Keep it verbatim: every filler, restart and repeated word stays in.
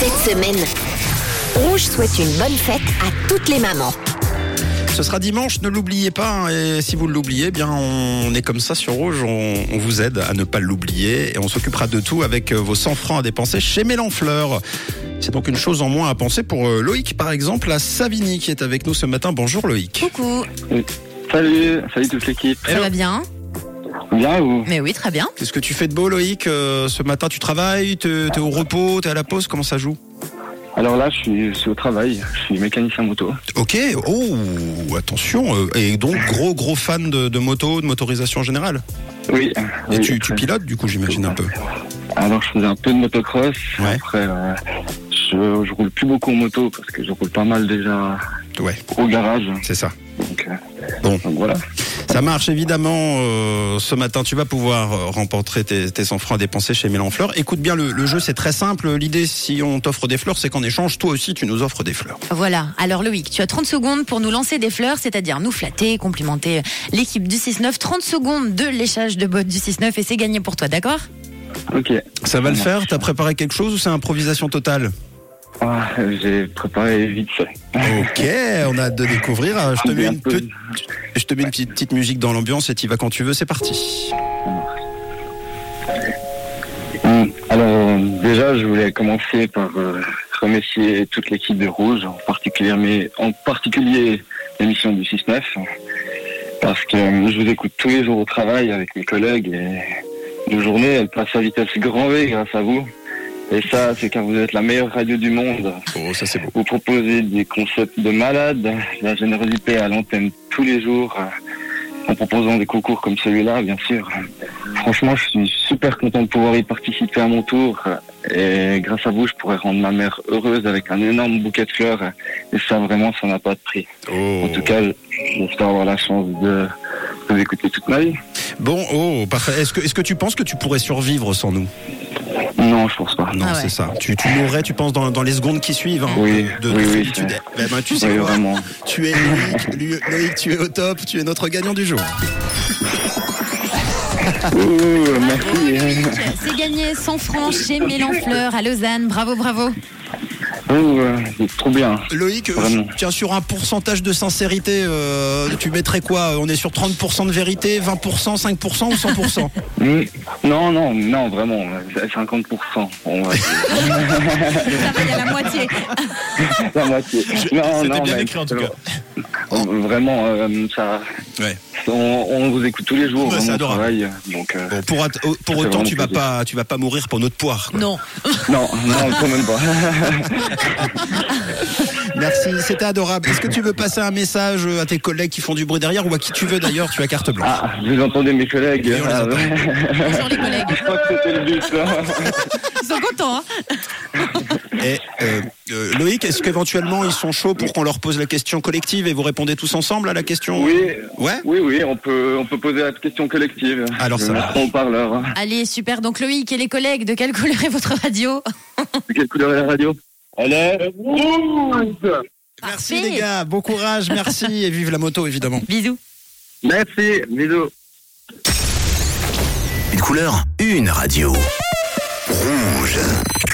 Cette semaine, Rouge souhaite une bonne fête à toutes les mamans. Ce sera dimanche, ne l'oubliez pas. Et si vous l'oubliez, eh bien on est comme ça sur Rouge. On, on vous aide à ne pas l'oublier et on s'occupera de tout avec vos cent francs à dépenser chez Mélanfleur. C'est donc une chose en moins à penser pour Loïc, par exemple, à Savigny, qui est avec nous ce matin. Bonjour Loïc. Coucou. Oui. Salut, salut toute l'équipe. Ça va bien? Bien ou? Mais oui, très bien. Qu'est-ce que tu fais de beau, Loïc? euh, Ce matin, tu travailles, t'es, t'es au repos, t'es à la pause, comment ça joue? Alors là, je suis, je suis au travail, je suis mécanicien moto. Ok, oh, attention. euh, Et donc, gros, gros fan de, de moto, de motorisation générale. Oui. Et oui, tu, tu très- pilotes, du coup, j'imagine un peu. Alors je faisais un peu de motocross. Ouais. Après, euh, je, je roule plus beaucoup en moto parce que je roule pas mal déjà Ouais, au garage. c'est ça. Donc, euh, Bon. donc voilà. Ça marche évidemment. euh, ce matin, tu vas pouvoir euh, remporter tes, tes cent francs à dépenser chez Mélanfleur. Écoute bien, le, le jeu, c'est très simple. L'idée, si on t'offre des fleurs, c'est qu'en échange, toi aussi, tu nous offres des fleurs. Voilà. Alors Loïc, tu as trente secondes pour nous lancer des fleurs, c'est-à-dire nous flatter, complimenter l'équipe du six neuf. trente secondes de léchage de bottes du six neuf et c'est gagné pour toi, d'accord? Ok. Ça va le faire? T'as préparé quelque chose ou c'est improvisation totale? Ah, j'ai préparé vite fait. Ok, on a hâte de découvrir. Je te mets Un une, peu. petite- je te mets une petite, petite musique dans l'ambiance et t'y vas quand tu veux. C'est parti. Hum, Alors déjà, je voulais commencer par euh, remercier toute l'équipe de Rouge, en particulier, mais en particulier l'émission du six neuf, parce que euh, je vous écoute tous les jours au travail avec mes collègues et nos journées, elles passent à vitesse grand V grâce à vous. Et ça, c'est car vous êtes la meilleure radio du monde. Oh, ça c'est beau. Vous proposez des concepts de malades, la générosité à l'antenne tous les jours, euh, en proposant des concours comme celui-là, bien sûr. Franchement, je suis super content de pouvoir y participer à mon tour. Et grâce à vous, je pourrais rendre ma mère heureuse avec un énorme bouquet de fleurs. Et ça, vraiment, ça n'a pas de prix. Oh. En tout cas, j'espère avoir la chance de vous écouter toute ma vie. Bon, oh, parfait. Est-ce que, est-ce que tu penses que tu pourrais survivre sans nous? Non, je pense pas. Non, Ah ouais. c'est ça. Tu, tu mourrais, tu penses, dans, dans les secondes qui suivent, hein, Oui, de, de oui, oui, solitude. c'est- Eh ben, tu sais Oui, quoi? vraiment. Tu es Loïc, Lu- Loïc, tu es au top, tu es notre gagnant du jour. Ouh, merci. C'est gagné cent francs chez Mélanfleur à Lausanne. Bravo, bravo. Ouh, euh, c'est trop bien. Loïc, euh, Vraiment. tiens, sur un pourcentage de sincérité, euh, tu mettrais quoi? On est sur trente pour cent de vérité, vingt pour cent, cinq pour cent ou cent pour cent? Hmm. Non, non, non, vraiment, cinquante pour cent. On va dire. Ça va, il y a la moitié. La moitié. Non, C'était non, bien mais écrit en tout cas. Vraiment, euh, ça, Ouais. on, on vous écoute tous les jours Ouais, dans c'est mon adorable. travail. Donc, euh, Bon, pour, at- pour fait autant, vraiment tu vas plaisir. pas, tu vas pas mourir pour notre poire, quoi. Non. non, non, quand même pas. Merci, c'était adorable. Est-ce que tu veux passer un message à tes collègues qui font du bruit derrière ou à qui tu veux d'ailleurs? Tu as carte blanche. Ah, vous entendez mes collègues? Oui, on les Ah, entend. ouais. Bonjour les collègues. Je crois que c'était le but. hein. Ils sont contents, hein? Et euh, euh, Loïc, est-ce qu'éventuellement ils sont chauds pour qu'on leur pose la question collective et vous répondez tous ensemble à la question? Oui, Ouais. oui, oui, on peut, on peut poser la question collective. Alors, Je ça vais va. mettre en parleur. Hein. Allez, super. Donc Loïc et les collègues, de quelle couleur est votre radio? De quelle couleur est la radio? Elle est rouge. Merci Parfait. les gars, bon courage, merci et vive la moto évidemment. Bisous. Merci, bisous. Une couleur, une radio. Rouge.